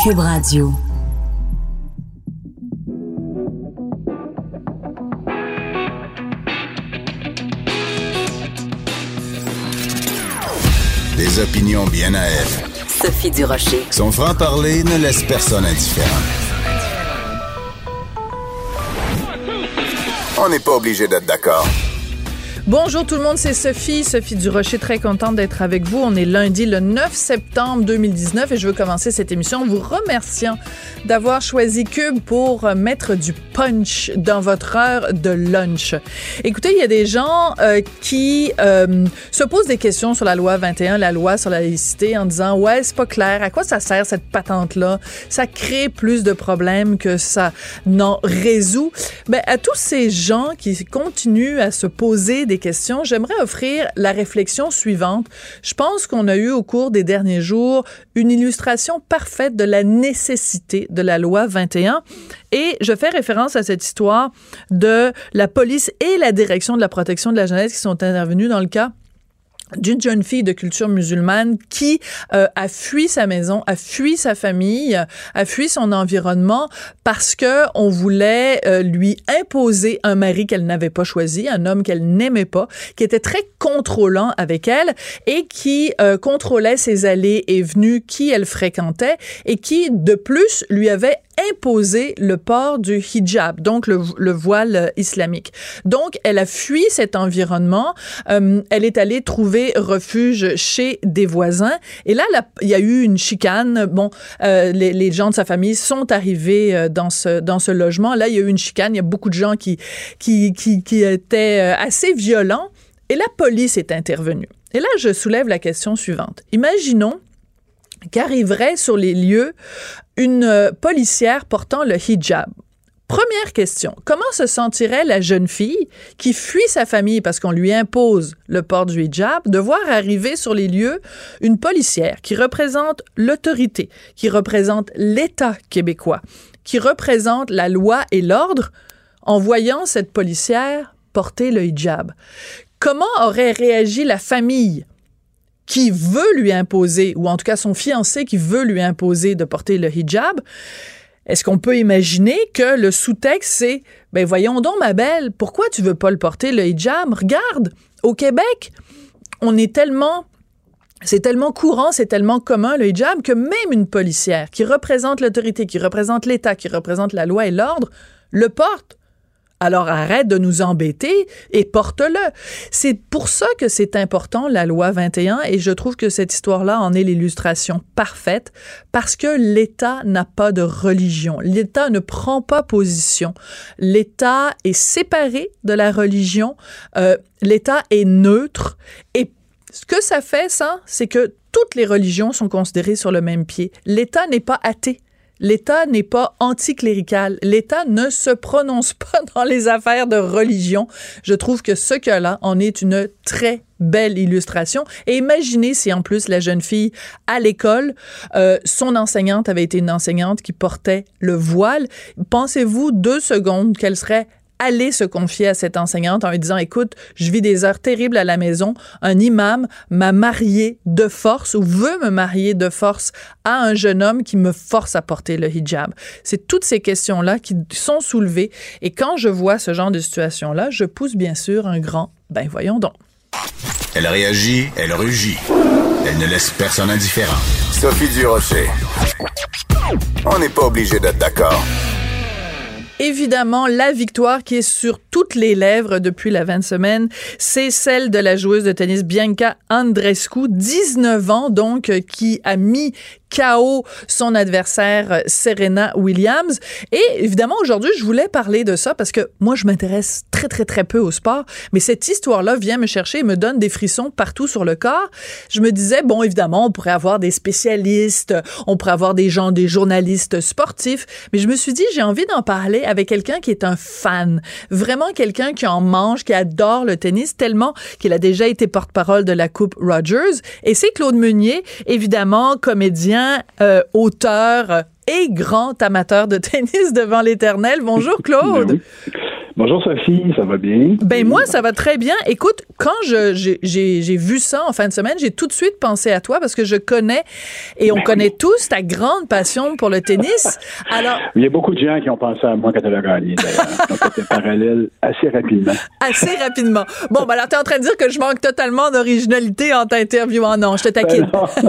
Cube Radio. Des opinions bien à elle. Sophie Durocher. Son franc-parler ne laisse personne indifférent. On n'est pas obligé d'être d'accord. Bonjour tout le monde, c'est Sophie Durocher, très contente d'être avec vous. On est lundi le 9 septembre 2019 et je veux commencer cette émission en vous remerciant d'avoir choisi Cube pour mettre du punch dans votre heure de lunch. Écoutez, il y a des gens qui se posent des questions sur la loi 21, la loi sur la laïcité, en disant « Ouais, c'est pas clair, à quoi ça sert cette patente-là? Ça crée plus de problèmes que ça n'en résout. » Ben, à tous ces gens qui continuent à se poser des questions, j'aimerais offrir la réflexion suivante. Je pense qu'on a eu au cours des derniers jours une illustration parfaite de la nécessité de la loi 21 et je fais référence à cette histoire de la police et la direction de la protection de la jeunesse qui sont intervenus dans le cas d'une jeune fille de culture musulmane qui a fui sa maison, a fui sa famille, a fui son environnement parce que on voulait lui imposer un mari qu'elle n'avait pas choisi, un homme qu'elle n'aimait pas, qui était très contrôlant avec elle et qui contrôlait ses allées et venues, qui elle fréquentait et qui, de plus, lui avait imposé le port du hijab, donc le voile islamique. Donc, elle a fui cet environnement. Elle est allée trouver refuge chez des voisins. Et là, il y a eu une chicane. Bon, les gens de sa famille sont arrivés dans ce logement. Là, il y a eu une chicane. Il y a beaucoup de gens qui étaient assez violents. Et la police est intervenue. Et là, je soulève la question suivante. Imaginons qu'arriverait sur les lieux une policière portant le hijab. Première question, comment se sentirait la jeune fille qui fuit sa famille parce qu'on lui impose le port du hijab, de voir arriver sur les lieux une policière qui représente l'autorité, qui représente l'État québécois, qui représente la loi et l'ordre, en voyant cette policière porter le hijab? Comment aurait réagi la famille qui veut lui imposer, ou en tout cas son fiancé qui veut lui imposer de porter le hijab? Est-ce qu'on peut imaginer que le sous-texte, c'est « Ben voyons donc, ma belle, pourquoi tu veux pas le porter, le hijab? Regarde, au Québec, c'est tellement courant, c'est tellement commun, le hijab, que même une policière qui représente l'autorité, qui représente l'État, qui représente la loi et l'ordre, le porte. Alors arrête de nous embêter et porte-le. » C'est pour ça que c'est important, la loi 21, et je trouve que cette histoire-là en est l'illustration parfaite, parce que l'État n'a pas de religion. L'État ne prend pas position. L'État est séparé de la religion. L'État est neutre. Et ce que ça fait, ça, c'est que toutes les religions sont considérées sur le même pied. L'État n'est pas athée. L'État n'est pas anticlérical. L'État ne se prononce pas dans les affaires de religion. Je trouve que ce cas-là en est une très belle illustration. Et imaginez si en plus la jeune fille à l'école, son enseignante avait été une enseignante qui portait le voile. Pensez-vous 2 secondes qu'elle serait aller se confier à cette enseignante en lui disant « Écoute, je vis des heures terribles à la maison. Un imam m'a mariée de force ou veut me marier de force à un jeune homme qui me force à porter le hijab. » C'est toutes ces questions-là qui sont soulevées. Et quand je vois ce genre de situation-là, je pousse bien sûr un grand « Ben voyons donc ». Elle réagit, elle rugit. Elle ne laisse personne indifférent. Sophie Durocher. On n'est pas obligé d'être d'accord. Évidemment, la victoire qui est sur toutes les lèvres depuis la 20 semaines, c'est celle de la joueuse de tennis Bianca Andreescu, 19 ans donc, qui a mis KO son adversaire Serena Williams. Et évidemment, aujourd'hui, je voulais parler de ça parce que moi, je m'intéresse très, très, très peu au sport, mais cette histoire-là vient me chercher et me donne des frissons partout sur le corps. Je me disais, bon, évidemment, on pourrait avoir des spécialistes, on pourrait avoir des journalistes sportifs, mais je me suis dit, j'ai envie d'en parler avec quelqu'un qui est un fan, vraiment quelqu'un qui en mange, qui adore le tennis, tellement qu'il a déjà été porte-parole de la Coupe Rogers. Et c'est Claude Meunier, évidemment, comédien, auteur et grand amateur de tennis devant l'éternel. Bonjour Claude. Bonjour Sophie, ça va bien? Ben moi, ça va très bien. Écoute, quand j'ai vu ça en fin de semaine, j'ai tout de suite pensé à toi parce que je connais et on connaît tous ta grande passion pour le tennis. Alors, il y a beaucoup de gens qui ont pensé à moi quand elle a gagné, d'ailleurs. On a fait un parallèle assez rapidement. Assez rapidement. Bon, ben alors t'es en train de dire que je manque totalement d'originalité en t'interviewant. Non, je te taquine.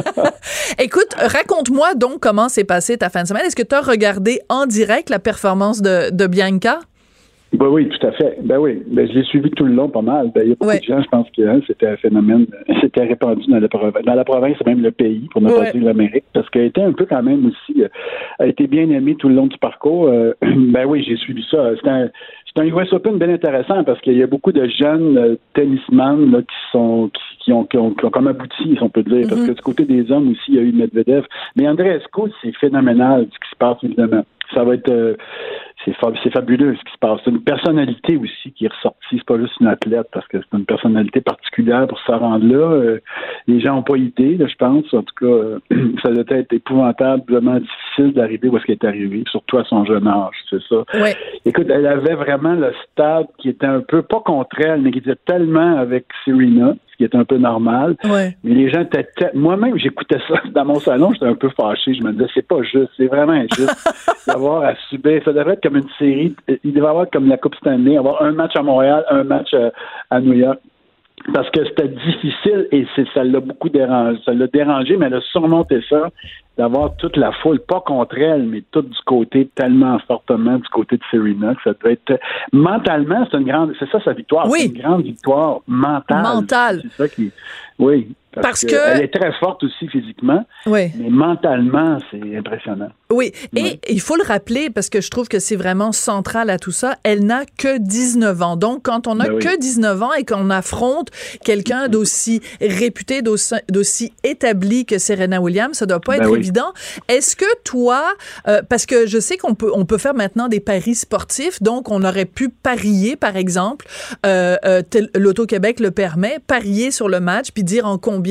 Écoute, raconte-moi donc comment s'est passée ta fin de semaine. Est-ce que tu as regardé en direct la performance de Bianca? Ben oui, tout à fait. Ben oui. Ben, je l'ai suivi tout le long pas mal. Ben, il y a beaucoup de gens, je pense que c'était un phénomène, c'était répandu dans la province, et même le pays, pour ne pas dire l'Amérique, parce qu'elle était un peu quand même aussi, elle a été bien aimée tout le long du parcours. Ben oui, j'ai suivi ça. C'est un US Open bien intéressant parce qu'il y a beaucoup de jeunes tennisman là, qui ont comme abouti, si on peut dire. Parce que du côté des hommes aussi, il y a eu Medvedev. Mais Andreescu, c'est phénoménal ce qui se passe, évidemment. Ça va être c'est fabuleux ce qui se passe. C'est une personnalité aussi qui est ressortie. C'est pas juste une athlète parce que c'est une personnalité particulière pour se rendre là. Les gens n'ont pas idée, là, je pense. En tout cas, ça doit être épouvantablement difficile d'arriver où est-ce qu'elle est arrivée, surtout à son jeune âge, c'est ça. Ouais. Écoute, elle avait vraiment le stade qui était un peu, pas contre elle, mais qui était tellement avec Serena, ce qui est un peu normal. Ouais. Mais les gens étaient... Moi-même, j'écoutais ça dans mon salon, j'étais un peu fâché. Je me disais, c'est pas juste, c'est vraiment injuste d'avoir à subir. Ça devrait être comme une série. Il devrait y avoir comme la Coupe Stanley, avoir un match à Montréal, un match à New York. Parce que c'était difficile et ça l'a beaucoup dérangé. Ça l'a dérangé, mais elle a surmonté ça, d'avoir toute la foule, pas contre elle, mais tout du côté, tellement fortement du côté de Serena, que ça devait être... Mentalement, c'est ça sa victoire. Oui. C'est une grande victoire mentale. C'est ça qui... Oui. Parce que elle est très forte aussi physiquement, mais mentalement, c'est impressionnant. Oui, et il faut le rappeler parce que je trouve que c'est vraiment central à tout ça, elle n'a que 19 ans. Donc, quand on n'a que 19 ans et qu'on affronte quelqu'un d'aussi réputé, d'aussi établi que Serena Williams, ça doit pas être évident. Est-ce que toi, parce que je sais qu'on peut faire maintenant des paris sportifs, donc on aurait pu parier, par exemple, l'Auto-Québec le permet, parier sur le match puis dire en combien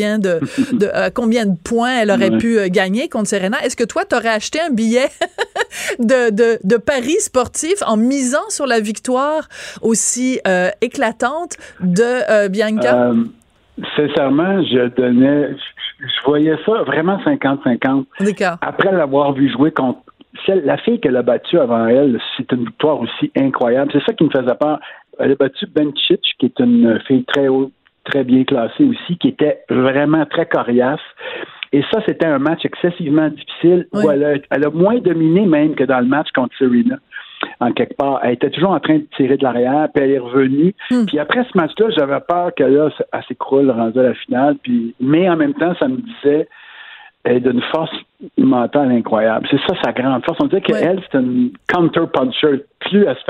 de points elle aurait pu gagner contre Serena. Est-ce que toi, tu aurais acheté un billet de paris sportifs en misant sur la victoire aussi éclatante de Bianca? Sincèrement, je voyais ça vraiment 50-50. D'accord. Après l'avoir vu jouer contre la fille qu'elle a battue avant elle, c'est une victoire aussi incroyable. C'est ça qui me faisait peur. Elle a battu Bencic, qui est une fille très haute, très bien classée aussi, qui était vraiment très coriace. Et ça, c'était un match excessivement difficile où elle a moins dominé même que dans le match contre Serena. En quelque part, elle était toujours en train de tirer de l'arrière, puis elle est revenue. Puis après ce match-là, j'avais peur que là, elle s'écroule rendue à la finale. Mais en même temps, ça me disait, elle est d'une force mentale incroyable. C'est ça sa grande force. On dirait qu'elle, c'est une counter-puncher. Plus elle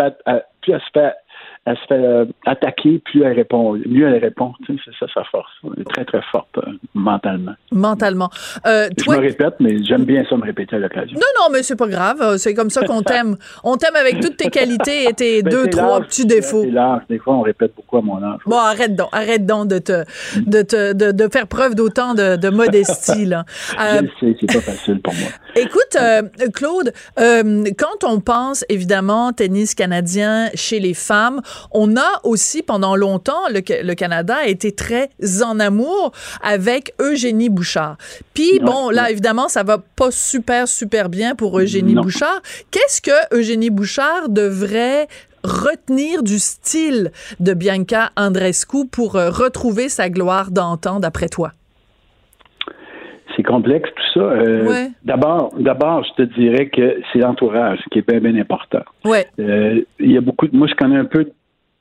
se fait attaquer, plus elle répond, mieux elle répond. Tu sais, c'est ça sa force. Elle est très, très forte mentalement. Mentalement. Je me répète, mais j'aime bien ça me répéter à l'occasion. Non, mais c'est pas grave. C'est comme ça qu'on t'aime. On t'aime avec toutes tes qualités et tes 2-3 petits défauts. C'est l'âge. Des fois, on répète beaucoup à mon âge. Bon, arrête donc de faire preuve d'autant de modestie, là. Je le sais, c'est pas facile pour moi. Écoute, Claude, quand on pense, évidemment, tennis canadien chez les femmes, on a aussi, pendant longtemps, le Canada a été très en amour avec Eugénie Bouchard. Puis, bon, là, évidemment, ça va pas super bien pour Eugénie Bouchard. Qu'est-ce que Eugénie Bouchard devrait retenir du style de Bianca Andreescu pour retrouver sa gloire d'antan, d'après toi? C'est complexe tout ça. D'abord, je te dirais que c'est l'entourage qui est bien important. Il y a beaucoup moi je connais un peu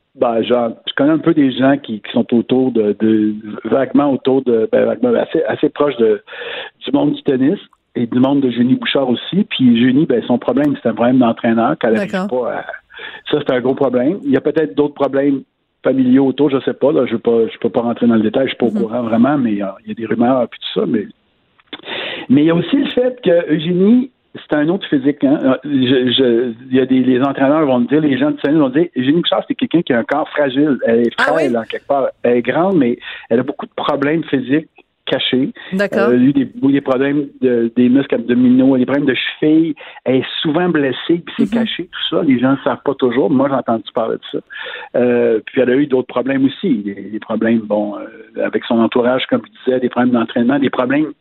des gens qui sont autour vaguement autour de assez proches du monde du tennis et du monde de Eugénie Bouchard aussi. Puis Eugénie, son problème, c'est un problème d'entraîneur qu'elle n'arrive pas à... Ça, c'est un gros problème. Il y a peut-être d'autres problèmes familiaux autour, je sais pas, là, je peux pas rentrer dans le détail, je suis pas au courant vraiment, mais il y a des rumeurs et tout ça, mais il y a aussi le fait que Eugénie, c'est un autre physique. Hein? Il y a les entraîneurs vont me dire, les gens de tennis vont dire, Eugénie Bouchard, c'est quelqu'un qui a un corps fragile. Elle est frêle, en quelque part. Elle est grande, mais elle a beaucoup de problèmes physiques caché. D'accord. Eu des problèmes des muscles abdominaux, des problèmes de cheville. Elle est souvent blessée, puis c'est caché, tout ça. Les gens ne savent pas toujours. Moi, j'ai entendu parler de ça. Puis elle a eu d'autres problèmes aussi. Des problèmes, avec son entourage, comme je disais, des problèmes d'entraînement, des problèmes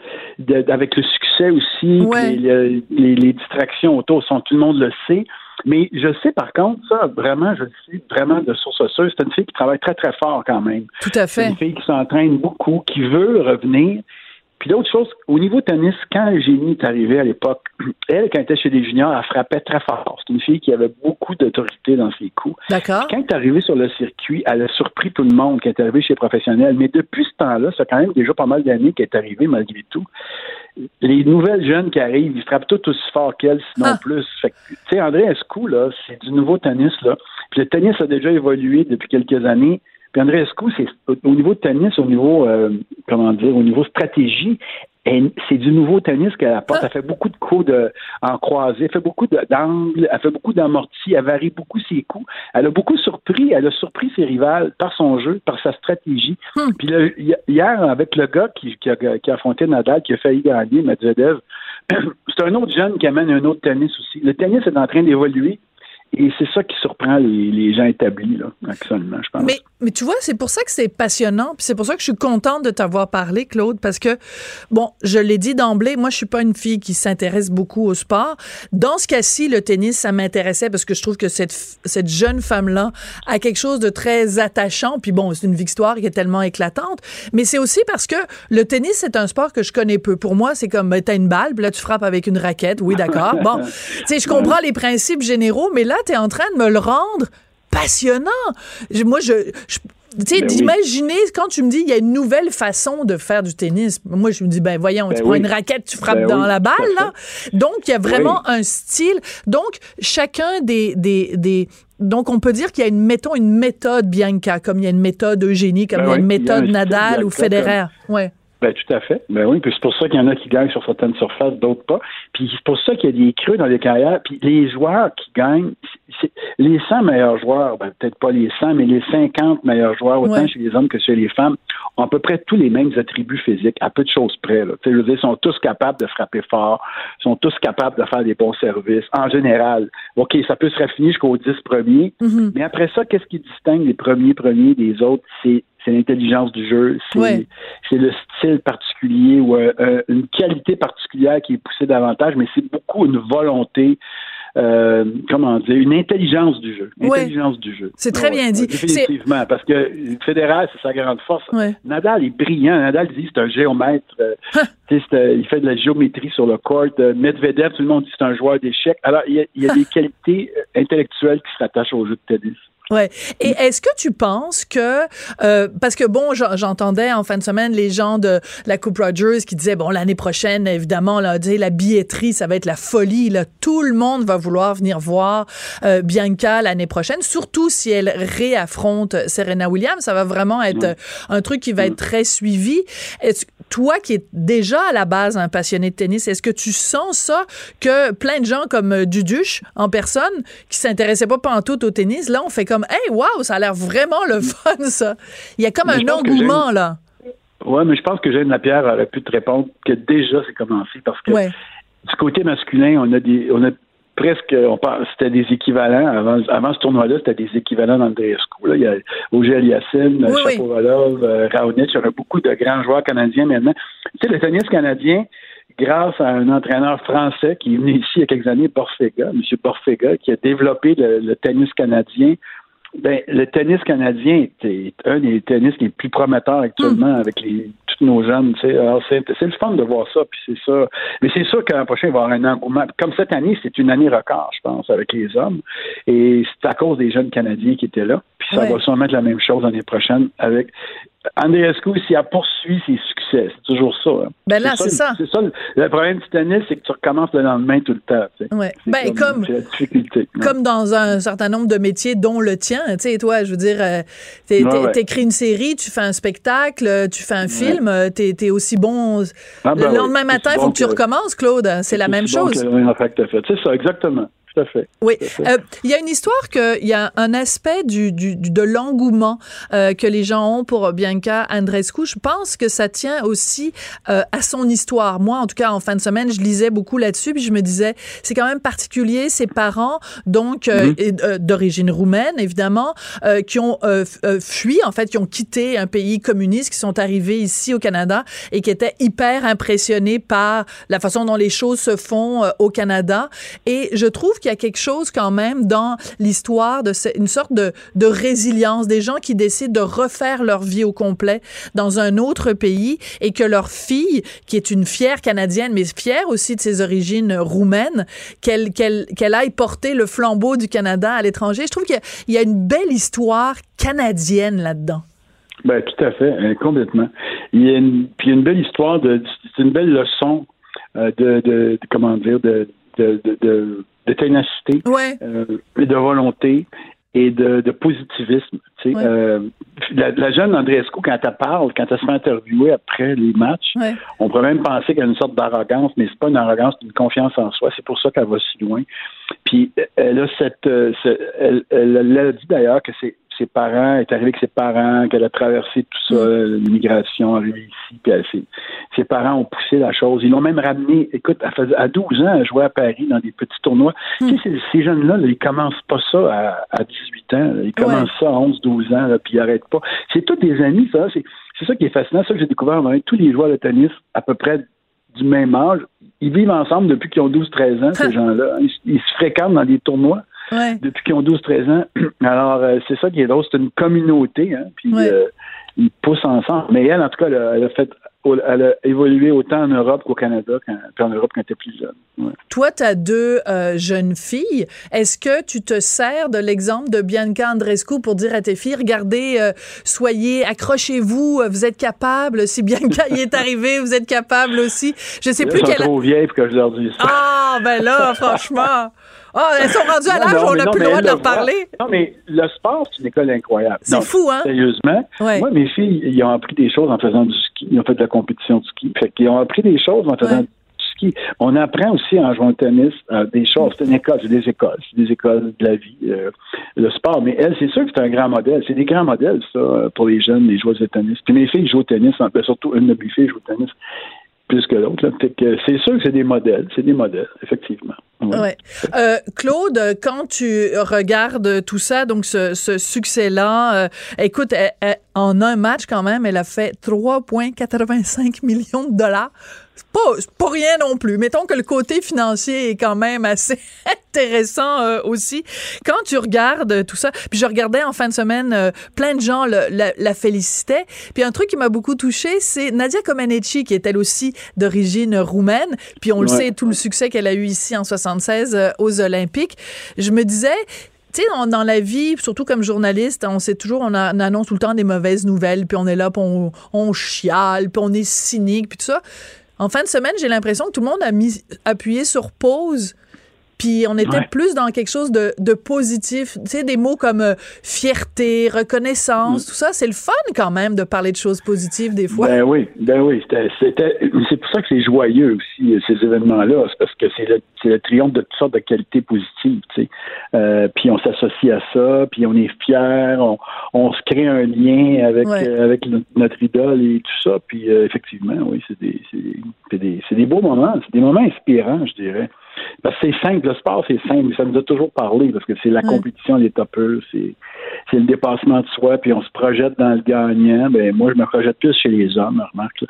avec le succès aussi, ouais. les distractions autour, tout le monde le sait. Mais je sais par contre, ça, vraiment, je le sais vraiment de source sûre, c'est une fille qui travaille très, très fort quand même. Tout à fait. C'est une fille qui s'entraîne beaucoup, qui veut revenir. Puis l'autre chose, au niveau tennis, quand Eugénie est arrivée à l'époque, elle, quand elle était chez les juniors, elle frappait très fort. C'est une fille qui avait beaucoup d'autorité dans ses coups. D'accord. Puis quand elle est arrivée sur le circuit, elle a surpris tout le monde quand elle est arrivée chez les professionnels. Mais depuis ce temps-là, ça fait quand même déjà pas mal d'années qu'elle est arrivée malgré tout. Les nouvelles jeunes qui arrivent, ils frappent tout aussi fort qu'elle, sinon plus. Fait que, tu sais, Andreescu, là, c'est du nouveau tennis, là. Puis le tennis a déjà évolué depuis quelques années. Puis Andreescu, c'est au niveau de tennis, au niveau au niveau stratégie, c'est du nouveau tennis qu'elle apporte. Elle fait beaucoup de coups en croisé, elle fait beaucoup d'angles, elle fait beaucoup d'amortis, elle varie beaucoup ses coups. Elle a surpris ses rivales par son jeu, par sa stratégie. Puis là, hier, avec le gars qui a affronté Nadal, qui a failli gagner, Medvedev, c'est un autre jeune qui amène un autre tennis aussi. Le tennis est en train d'évoluer. Et c'est ça qui surprend les gens établis, là, actuellement, je pense. Mais tu vois, c'est pour ça que c'est passionnant, puis c'est pour ça que je suis contente de t'avoir parlé, Claude, parce que, je l'ai dit d'emblée, moi, je suis pas une fille qui s'intéresse beaucoup au sport. Dans ce cas-ci, le tennis, ça m'intéressait parce que je trouve que cette jeune femme-là a quelque chose de très attachant, puis c'est une victoire qui est tellement éclatante, mais c'est aussi parce que le tennis, c'est un sport que je connais peu. Pour moi, c'est comme, t'as une balle, puis là, tu frappes avec une raquette, oui, d'accord. Tu sais, je comprends les principes généraux, mais là, t'es en train de me le rendre passionnant. Moi, tu sais, d'imaginer, quand tu me dis, il y a une nouvelle façon de faire du tennis. Moi, je me dis, voyons, tu prends une raquette, tu frappes dans la balle, là. Donc, il y a vraiment un style. Donc, chacun donc, on peut dire qu'il y a une méthode Bianca, comme il y a une méthode Eugénie, comme il y a une méthode Nadal ou Federer. Ouais. Tout à fait. Oui, puis c'est pour ça qu'il y en a qui gagnent sur certaines surfaces, d'autres pas. Puis c'est pour ça qu'il y a des creux dans les carrières. Puis les joueurs qui gagnent, les 100 meilleurs joueurs, peut-être pas les 100, mais les 50 meilleurs joueurs, autant chez les hommes que chez les femmes, ont à peu près tous les mêmes attributs physiques, à peu de choses près. Là. Je veux dire, ils sont tous capables de frapper fort, ils sont tous capables de faire des bons services. En général, OK, ça peut se raffiner jusqu'aux 10 premiers, mais après ça, qu'est-ce qui distingue les premiers des autres? C'est l'intelligence du jeu, c'est le style particulier ou une qualité particulière qui est poussée davantage, mais c'est beaucoup une volonté, une intelligence du jeu. Intelligence du jeu. C'est très bien dit. Définitivement, parce que Federer, c'est sa grande force. Ouais. Nadal est brillant. Nadal dit c'est un géomètre. Il fait de la géométrie sur le court. Medvedev, tout le monde dit c'est un joueur d'échecs. Alors, il y a des qualités intellectuelles qui se rattachent au jeu de tennis. Ouais. Et est-ce que tu penses que parce que j'entendais en fin de semaine les gens de la Coupe Rogers qui disaient l'année prochaine évidemment là, la billetterie ça va être la folie là, tout le monde va vouloir venir voir Bianca l'année prochaine, surtout si elle réaffronte Serena Williams, ça va vraiment être un truc qui va être très suivi. Toi qui es déjà à la base un passionné de tennis, est-ce que tu sens ça que plein de gens comme Duduche en personne qui s'intéressaient pas pantoute au tennis, là on fait comme hey, wow, ça a l'air vraiment le fun, ça. Il y a comme un engouement, là. Oui, mais je pense que Jeanne Lapierre aurait pu te répondre que déjà, c'est commencé parce que du côté masculin, on a presque, c'était des équivalents. Avant ce tournoi-là, c'était des équivalents d'Andreescu. Là. Il y a Auger Aliassime, Shapovalov, Raonic, il y aurait beaucoup de grands joueurs canadiens maintenant. Tu sais, le tennis canadien, grâce à un entraîneur français qui est venu ici il y a quelques années, M. Borfega, qui a développé le tennis canadien. Le tennis canadien est un des tennis qui est plus prometteur actuellement avec tous nos jeunes. Tu sais. Alors c'est le fun de voir ça, puis c'est ça. Mais c'est sûr que l'an prochain, il va y avoir un engouement. Comme cette année, c'est une année record, je pense, avec les hommes. Et c'est à cause des jeunes Canadiens qui étaient là. Puis ça va sûrement être la même chose l'année prochaine avec Andreescu, s'il a poursuivi ses succès, c'est toujours ça. Hein. C'est ça. C'est ça. Le problème du tennis, c'est que tu recommences le lendemain tout le temps. Tu sais. Ouais. C'est la difficulté. Comme dans un certain nombre de métiers, dont le tien. Tu sais, toi, je veux dire, t'écris une série, tu fais un spectacle, tu fais un film, t'es aussi bon. Le lendemain matin, il faut que tu recommences, Claude. C'est la même chose. C'est ça, exactement. tout à fait. Oui. Il y a une histoire il y a un aspect de l'engouement que les gens ont pour Bianca Andreescu. Je pense que ça tient aussi à son histoire. Moi, en tout cas, en fin de semaine, je lisais beaucoup là-dessus, puis je me disais, c'est quand même particulier, ses parents, donc d'origine roumaine, évidemment, qui ont fui, en fait, qui ont quitté un pays communiste, qui sont arrivés ici au Canada et qui étaient hyper impressionnés par la façon dont les choses se font au Canada. Et je trouve qu'il y a quelque chose quand même dans l'histoire de une sorte de résilience, des gens qui décident de refaire leur vie au complet dans un autre pays et que leur fille, qui est une fière Canadienne, mais fière aussi de ses origines roumaines, qu'elle aille porter le flambeau du Canada à l'étranger. Je trouve qu'il y a une belle histoire canadienne là-dedans. Ben, tout à fait, complètement. Il y a une belle histoire c'est une belle leçon de ténacité, et de volonté et de positivisme. Tu sais, la jeune Andreescu, quand elle se fait interviewer après les matchs, on pourrait même penser qu'elle a une sorte d'arrogance, mais c'est pas une arrogance, c'est une confiance en soi. C'est pour ça qu'elle va si loin. Puis elle a elle a dit d'ailleurs que ses parents, est arrivée avec ses parents, qu'elle a traversé tout ça, l'immigration, arrivée ici, puis ses parents ont poussé la chose. Ils l'ont même ramené, écoute, à 12 ans, elle jouait à Paris dans des petits tournois. Tu sais, ces jeunes-là, ils commencent pas ça à 18 ans. Ils commencent ça à 11, 12 ans, là, puis ils arrêtent pas. C'est tous des amis, ça. C'est ça qui est fascinant. Ça que j'ai découvert avec tous les joueurs de tennis, à peu près du même âge. Ils vivent ensemble depuis qu'ils ont 12-13 ans, ces gens-là. Ils se fréquentent dans des tournois. Depuis qu'ils ont 12-13 ans. Alors, c'est ça qui est drôle. C'est une communauté, hein, puis ils poussent ensemble. Mais elle, en tout cas, elle a évolué autant en Europe qu'au Canada, qu'en Europe quand elle était plus jeune. Ouais. Toi, tu as deux jeunes filles. Est-ce que tu te sers de l'exemple de Bianca Andreescu pour dire à tes filles, regardez, accrochez-vous, vous êtes capables. Si Bianca y est arrivée, vous êtes capables aussi. Je sais plus qu'elle... Elles sont trop vieilles pour que je leur dise ça. Ah, ben là, franchement... elles sont rendues à l'âge où on n'a plus le droit de leur parler. Non, mais le sport, c'est une école incroyable. C'est fou, hein? Sérieusement. Moi, mes filles, ils ont appris des choses en faisant du ski. Ils ont fait de la compétition de ski. Fait qu'ils ont appris des choses en faisant du ski. On apprend aussi en jouant au tennis des choses. C'est une école, c'est des écoles de la vie, le sport. Mais elle, c'est sûr que c'est un grand modèle. C'est des grands modèles, ça, pour les jeunes, les joueurs de tennis. Puis mes filles jouent au tennis, surtout une de mes filles joue au tennis plus que l'autre. C'est sûr que c'est des modèles, effectivement. Ouais. Claude, quand tu regardes tout ça, donc ce succès-là, écoute, en un match quand même, elle a fait 3,85 millions de dollars. C'est pas rien non plus. Mettons que le côté financier est quand même assez intéressant aussi. Quand tu regardes tout ça, puis je regardais en fin de semaine, plein de gens la félicitaient. Puis un truc qui m'a beaucoup touchée, c'est Nadia Comaneci, qui est elle aussi d'origine roumaine. Puis on le sait, tout le succès qu'elle a eu ici en 76 aux Olympiques. Je me disais... Tu sais, dans la vie, surtout comme journaliste, on annonce tout le temps des mauvaises nouvelles, puis on est là, puis on chiale, puis on est cynique, puis tout ça. En fin de semaine, j'ai l'impression que tout le monde a appuyé sur pause, puis on était plus dans quelque chose de positif. Tu sais, des mots comme fierté, reconnaissance, tout ça, c'est le fun quand même de parler de choses positives des fois. Ben oui. C'est pour ça que c'est joyeux aussi, ces événements-là. C'est parce que c'est le triomphe de toutes sortes de qualités positives, tu sais. Puis on s'associe à ça, puis on est fiers, on se crée un lien avec notre idole et tout ça. Puis effectivement, oui, c'est des beaux moments, c'est des moments inspirants, je dirais. Parce que c'est simple, le sport, c'est simple, ça nous a toujours parlé, parce que c'est la compétition, les topeurs, c'est le dépassement de soi, puis on se projette dans le gagnant. Ben moi, je me projette plus chez les hommes, remarque.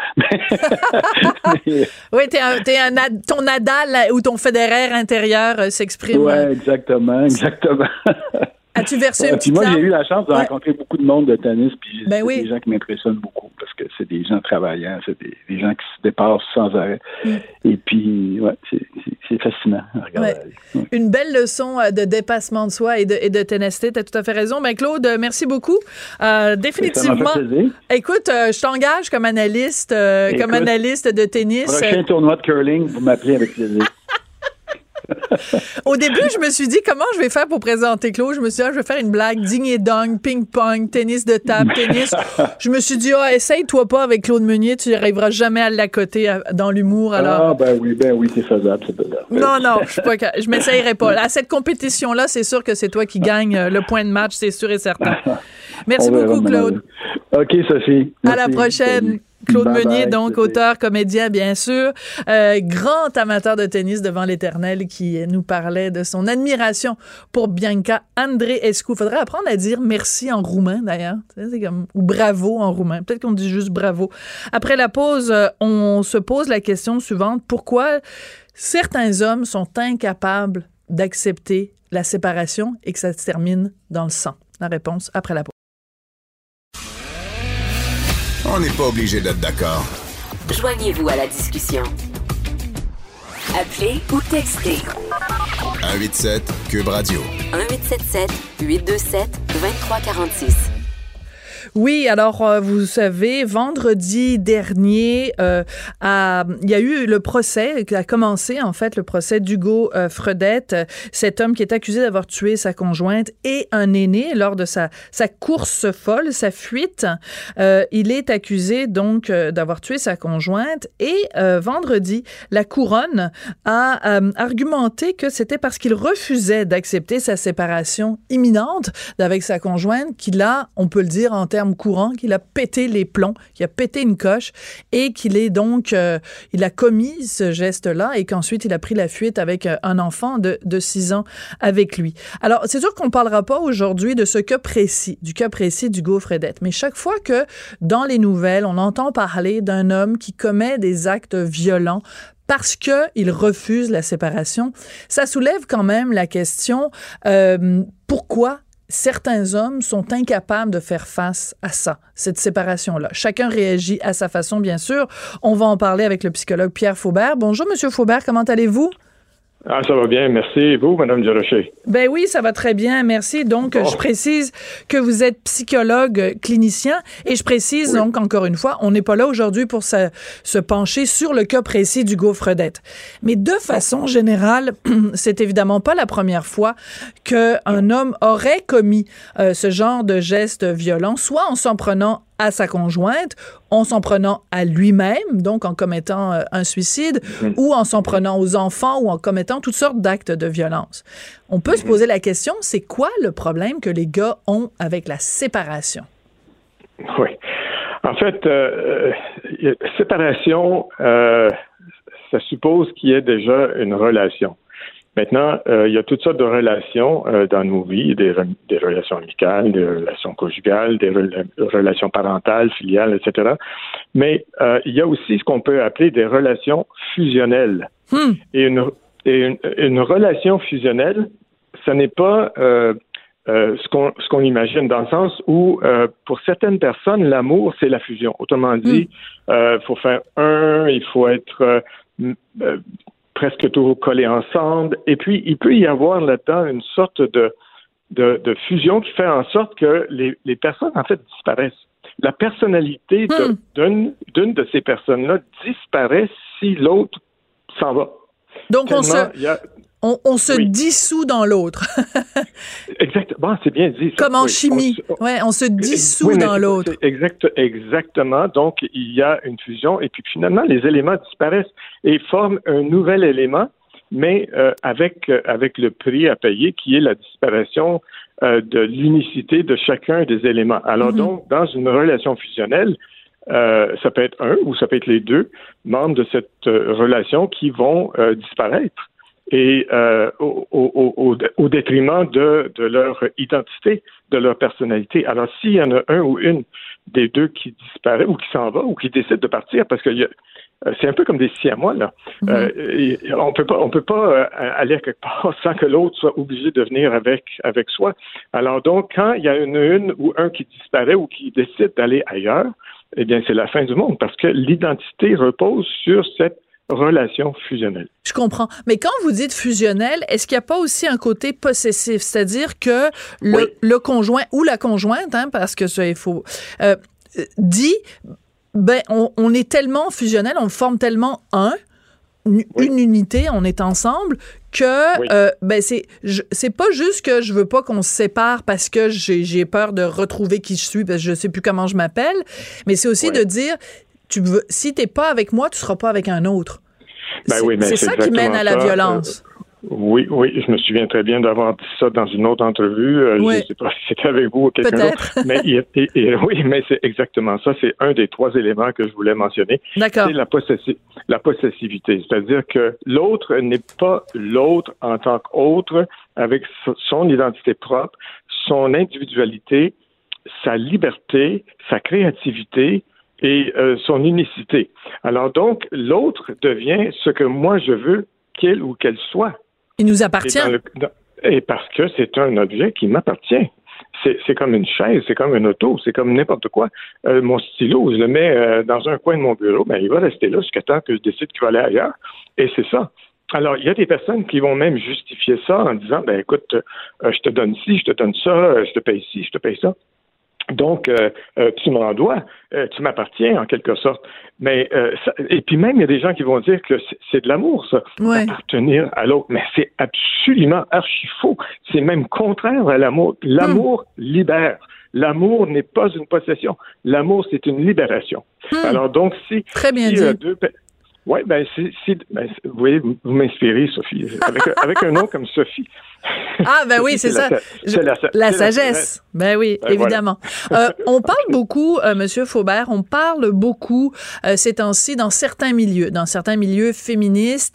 Oui, ton Nadal ou ton Federer intérieur s'exprime. Oui, exactement. As-tu versé une petite moi, larme? j'ai eu la chance de rencontrer beaucoup de monde de tennis, puis c'est des gens qui m'impressionnent beaucoup, parce que c'est des gens travaillants, c'est des gens qui se dépassent sans arrêt. Et puis, c'est fascinant à regarder. Une belle leçon de dépassement de soi et de ténacité. Tu as tout à fait raison. Mais Claude, merci beaucoup. Définitivement. Ça m'a fait plaisir. Écoute, je t'engage comme analyste de tennis. Prochain tournoi de curling, vous m'appelez avec plaisir. Au début, je me suis dit, comment je vais faire pour présenter Claude? Je me suis dit, je vais faire une blague, ding et dong, ping-pong, tennis de table, tennis. Je me suis dit, essaye-toi pas avec Claude Meunier, tu n'y arriveras jamais à l'accoter dans l'humour. Alors... Ah, ben oui, c'est faisable. Non, je m'essayerai pas. À cette compétition-là, c'est sûr que c'est toi qui gagne le point de match, c'est sûr et certain. Merci beaucoup, Claude. OK, Sophie. Merci. À la prochaine. Salut. Claude Meunier, donc Sophie. auteur, comédien, bien sûr, grand amateur de tennis devant l'éternel, qui nous parlait de son admiration pour Bianca Andreescu. Faudrait apprendre à dire merci en roumain, d'ailleurs. C'est comme, ou bravo en roumain. Peut-être qu'on dit juste bravo. Après la pause, on se pose la question suivante. Pourquoi certains hommes sont incapables d'accepter la séparation et que ça se termine dans le sang? La réponse après la pause. On n'est pas obligé d'être d'accord. Joignez-vous à la discussion. Appelez ou textez. 187 Cube Radio. 1877-827-2346. Oui, alors, vous savez, vendredi dernier, il y a eu le procès, qui a commencé, en fait, le procès d'Hugo Fredette, cet homme qui est accusé d'avoir tué sa conjointe et un aîné lors de sa course folle, sa fuite. Il est accusé, donc, d'avoir tué sa conjointe et vendredi, la couronne a argumenté que c'était parce qu'il refusait d'accepter sa séparation imminente avec sa conjointe qu'il a, on peut le dire en termes courants, qu'il a pété les plombs, qu'il a pété une coche et qu'il est donc, il a commis ce geste-là et qu'ensuite il a pris la fuite avec un enfant de 6 ans avec lui. Alors, c'est sûr qu'on parlera pas aujourd'hui de ce cas précis, du cas précis d'Hugo Fredette, mais chaque fois que dans les nouvelles, on entend parler d'un homme qui commet des actes violents parce qu'il refuse la séparation, ça soulève quand même la question pourquoi certains hommes sont incapables de faire face à ça, cette séparation-là. Chacun réagit à sa façon, bien sûr. On va en parler avec le psychologue Pierre Faubert. Bonjour, Monsieur Faubert, comment allez-vous? Ah, ça va bien, merci. Et vous, Mme Durocher? Ben oui, ça va très bien, merci. Donc, je précise que vous êtes psychologue clinicien et je précise donc, encore une fois, on n'est pas là aujourd'hui pour se pencher sur le cas précis d'Hugo Fredette. Mais de façon générale, c'est évidemment pas la première fois qu'un homme aurait commis ce genre de geste violent, soit en s'en prenant à sa conjointe, en s'en prenant à lui-même, donc en commettant un suicide, ou en s'en prenant aux enfants, ou en commettant toutes sortes d'actes de violence. On peut se poser la question, c'est quoi le problème que les gars ont avec la séparation? Oui. En fait, séparation, ça suppose qu'il y ait déjà une relation. Maintenant, il y a toutes sortes de relations dans nos vies, des relations amicales, des relations conjugales, des relations parentales, filiales, etc. Mais il y a aussi ce qu'on peut appeler des relations fusionnelles. Et une relation fusionnelle, ça n'est pas ce qu'on imagine, dans le sens où, pour certaines personnes, l'amour, c'est la fusion. Autrement dit, faut faire il faut être presque toujours collés ensemble. Et puis, il peut y avoir là-dedans une sorte de fusion qui fait en sorte que les personnes, en fait, disparaissent. La personnalité d'une de ces personnes-là disparaît si l'autre s'en va. Donc, on se dissout dans l'autre. Exactement, c'est bien dit. Ça. Comme en chimie. On se dissout dans l'autre. Exactement. Donc, il y a une fusion et puis finalement, les éléments disparaissent et forment un nouvel élément, mais avec le prix à payer qui est la disparition de l'unicité de chacun des éléments. Alors donc, dans une relation fusionnelle, ça peut être un ou ça peut être les deux membres de cette relation qui vont disparaître. Et au détriment de leur identité, de leur personnalité. Alors, s'il y en a un ou une des deux qui disparaît ou qui s'en va ou qui décide de partir, parce que c'est un peu comme des siamois, là. On peut pas aller quelque part sans que l'autre soit obligé de venir avec soi. Alors donc, quand il y a une ou un qui disparaît ou qui décide d'aller ailleurs, eh bien, c'est la fin du monde parce que l'identité repose sur cette relation fusionnelle. Je comprends. Mais quand vous dites fusionnel, est-ce qu'il n'y a pas aussi un côté possessif? C'est-à-dire que le conjoint ou la conjointe, parce que ça, il faut, dit, on est tellement fusionnel, on forme tellement un, une unité, on est ensemble, que c'est pas juste que je veux pas qu'on se sépare parce que j'ai peur de retrouver qui je suis, parce que je sais plus comment je m'appelle, mais c'est aussi de dire, si t'es pas avec moi, tu seras pas avec un autre. C'est ça qui mène à la violence. Oui, je me souviens très bien d'avoir dit ça dans une autre entrevue. Je ne sais pas si c'était avec vous ou quelqu'un d'autre. Mais oui, mais c'est exactement ça. C'est un des 3 éléments que je voulais mentionner. D'accord. C'est la possessivité. C'est-à-dire que l'autre n'est pas l'autre en tant qu'autre, avec son identité propre, son individualité, sa liberté, sa créativité et son unicité. Alors donc, l'autre devient ce que moi je veux qu'il ou qu'elle soit. Il nous appartient. Et parce que c'est un objet qui m'appartient. C'est comme une chaise, c'est comme une auto, c'est comme n'importe quoi. Mon stylo, je le mets dans un coin de mon bureau, il va rester là jusqu'à temps que je décide qu'il va aller ailleurs. Et c'est ça. Alors, il y a des personnes qui vont même justifier ça en disant, écoute, je te donne ci, je te donne ça, je te paye ci, je te paye ça. Donc, tu m'en dois, tu m'appartiens en quelque sorte. Mais et puis même, il y a des gens qui vont dire que c'est de l'amour, ça, d'appartenir à l'autre. Mais c'est absolument archi-faux. C'est même contraire à l'amour. L'amour libère. L'amour n'est pas une possession. L'amour, c'est une libération. Alors donc, Très bien dit. Oui, vous voyez, vous m'inspirez, Sophie, avec un nom comme Sophie. Ah, oui, c'est ça. La sagesse. Oui, évidemment. Voilà. On parle beaucoup, Monsieur Faubert, ces temps-ci dans certains milieux féministes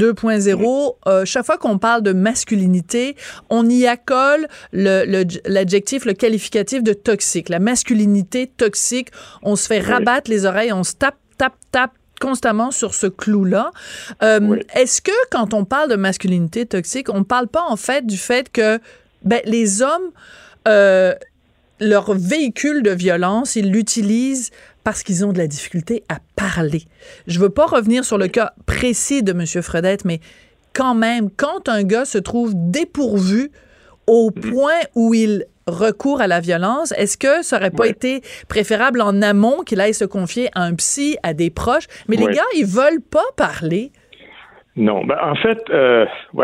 2.0, chaque fois qu'on parle de masculinité, on y accole l'adjectif, le qualificatif de toxique. La masculinité toxique, on se fait rabattre les oreilles, on se tape constamment sur ce clou-là. Est-ce que quand on parle de masculinité toxique, on ne parle pas en fait du fait que les hommes, leur véhicule de violence, ils l'utilisent parce qu'ils ont de la difficulté à parler. Je ne veux pas revenir sur le cas précis de M. Fredette, mais quand même, quand un gars se trouve dépourvu au point où il recours à la violence, est-ce que ça aurait pas été préférable en amont qu'il aille se confier à un psy, à des proches? Mais les gars, ils veulent pas parler. Non, en fait, vous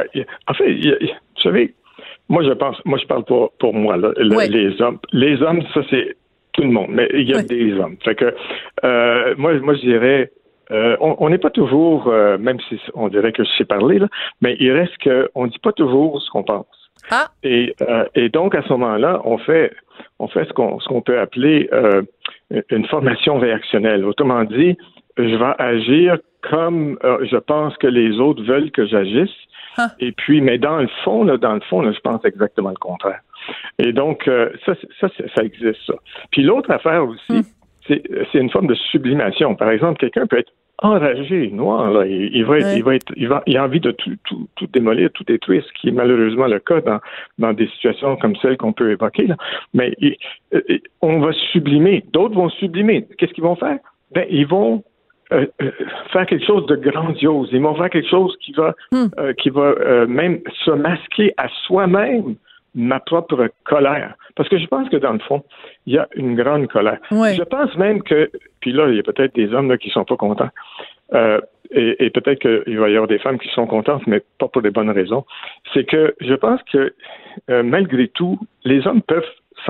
savez, moi je parle pour moi, là, les hommes. Les hommes, ça c'est tout le monde, mais il y a des hommes. Fait que moi je dirais, on n'est pas toujours, même si on dirait que je sais parler, là, mais il reste qu'on dit pas toujours ce qu'on pense. Ah. Et donc, à ce moment-là, on fait ce qu'on peut appeler une formation réactionnelle. Autrement dit, je vais agir comme je pense que les autres veulent que j'agisse. Ah. Et puis, mais dans le fond, je pense exactement le contraire. Et donc, ça existe, ça. Puis l'autre affaire aussi, c'est une forme de sublimation. Par exemple, quelqu'un peut être enragé, noir, là. Il a envie de tout démolir, tout détruire, ce qui est malheureusement le cas dans des situations comme celles qu'on peut évoquer, là. Mais on va sublimer. D'autres vont sublimer. Qu'est-ce qu'ils vont faire? Ils vont faire quelque chose de grandiose. Ils vont faire quelque chose qui va même se masquer à soi-même ma propre colère. Parce que je pense que dans le fond, il y a une grande colère. Oui. Je pense même que, puis là, il y a peut-être des hommes là, qui sont pas contents. Et peut-être qu'il va y avoir des femmes qui sont contentes, mais pas pour des bonnes raisons. C'est que je pense que malgré tout, les hommes peuvent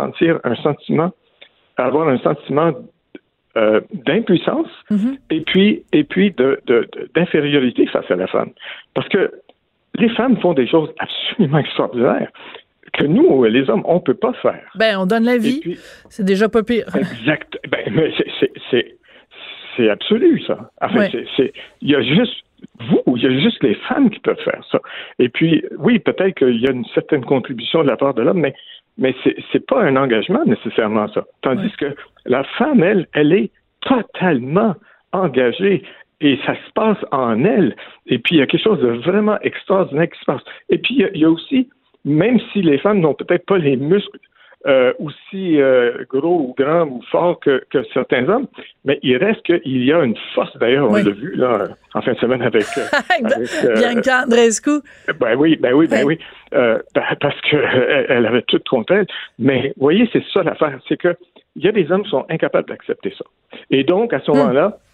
avoir un sentiment d'impuissance et puis d'infériorité face à la femme. Parce que les femmes font des choses absolument extraordinaires que nous, les hommes, on peut pas faire. On donne la vie. Puis, c'est déjà pas pire. Exact. Mais c'est absolu, ça. Enfin, il y a juste les femmes qui peuvent faire ça. Et puis, oui, peut-être qu'il y a une certaine contribution de la part de l'homme, mais c'est pas un engagement nécessairement, ça. Tandis que la femme, elle est totalement engagée. Et ça se passe en elle. Et puis, il y a quelque chose de vraiment extraordinaire qui se passe. Et puis, il y a aussi, même si les femmes n'ont peut-être pas les muscles aussi gros ou grands ou forts que certains hommes, mais il reste qu'il y a une force. D'ailleurs, on l'a vu là en fin de semaine avec Bianca Andreescu. Oui. Parce que elle avait tout contre elle. Mais vous voyez, c'est ça l'affaire, c'est que il y a des hommes qui sont incapables d'accepter ça. Et donc, à ce moment-là,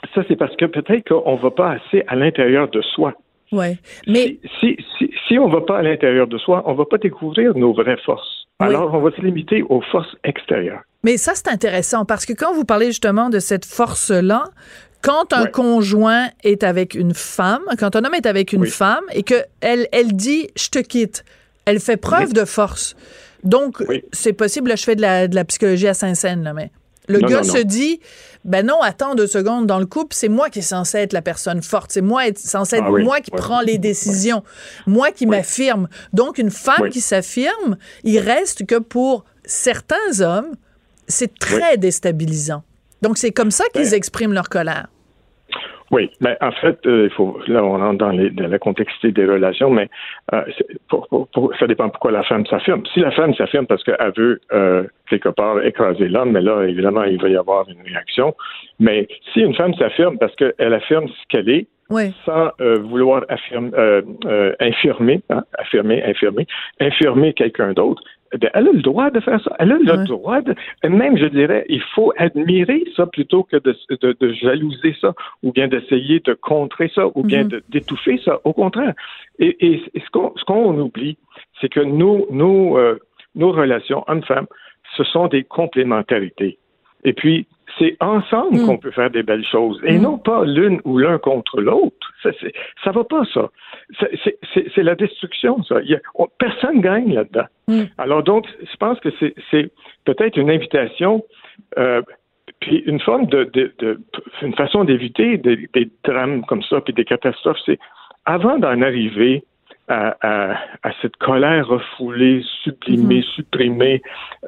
ça, c'est parce que peut-être qu'on ne va pas assez à l'intérieur de soi. Ouais. Mais si on ne va pas à l'intérieur de soi, on ne va pas découvrir nos vraies forces. Alors, on va se limiter aux forces extérieures. Mais ça, c'est intéressant parce que quand vous parlez justement de cette force-là, quand un conjoint est avec une femme, quand un homme est avec une femme et qu'elle dit « je te quitte », elle fait preuve de force. Donc, c'est possible, là, je fais de la psychologie à Saint-Saëns, là, mais le gars se dit « ben non, attends 2 secondes, dans le couple, c'est moi qui est censé être la personne forte, c'est moi censé être moi qui prend les décisions, moi qui m'affirme. » Donc, une femme qui s'affirme, il reste que pour certains hommes, c'est très déstabilisant. Donc, c'est comme ça qu'ils expriment leur colère. Oui, mais en fait, là, on entre dans la complexité des relations, mais ça dépend pourquoi la femme s'affirme. Si la femme s'affirme parce qu'elle veut, quelque part, écraser l'homme, mais là, évidemment, il va y avoir une réaction. Mais si une femme s'affirme parce qu'elle affirme ce qu'elle est, sans vouloir infirmer quelqu'un d'autre, elle a le droit de faire ça. Elle a le droit même, je dirais, il faut admirer ça plutôt que de jalouser ça, ou bien d'essayer de contrer ça, ou bien d'étouffer ça. Au contraire. Et ce qu'on oublie, c'est que nos relations hommes-femmes, ce sont des complémentarités. Et puis, c'est ensemble qu'on peut faire des belles choses, et non pas l'une ou l'un contre l'autre. Ça va pas, ça. C'est la destruction, ça. Personne gagne là-dedans. Alors donc, je pense que c'est peut-être une invitation, puis une forme une façon d'éviter des drames comme ça, puis des catastrophes. C'est avant d'en arriver à cette colère refoulée, sublimée, supprimée,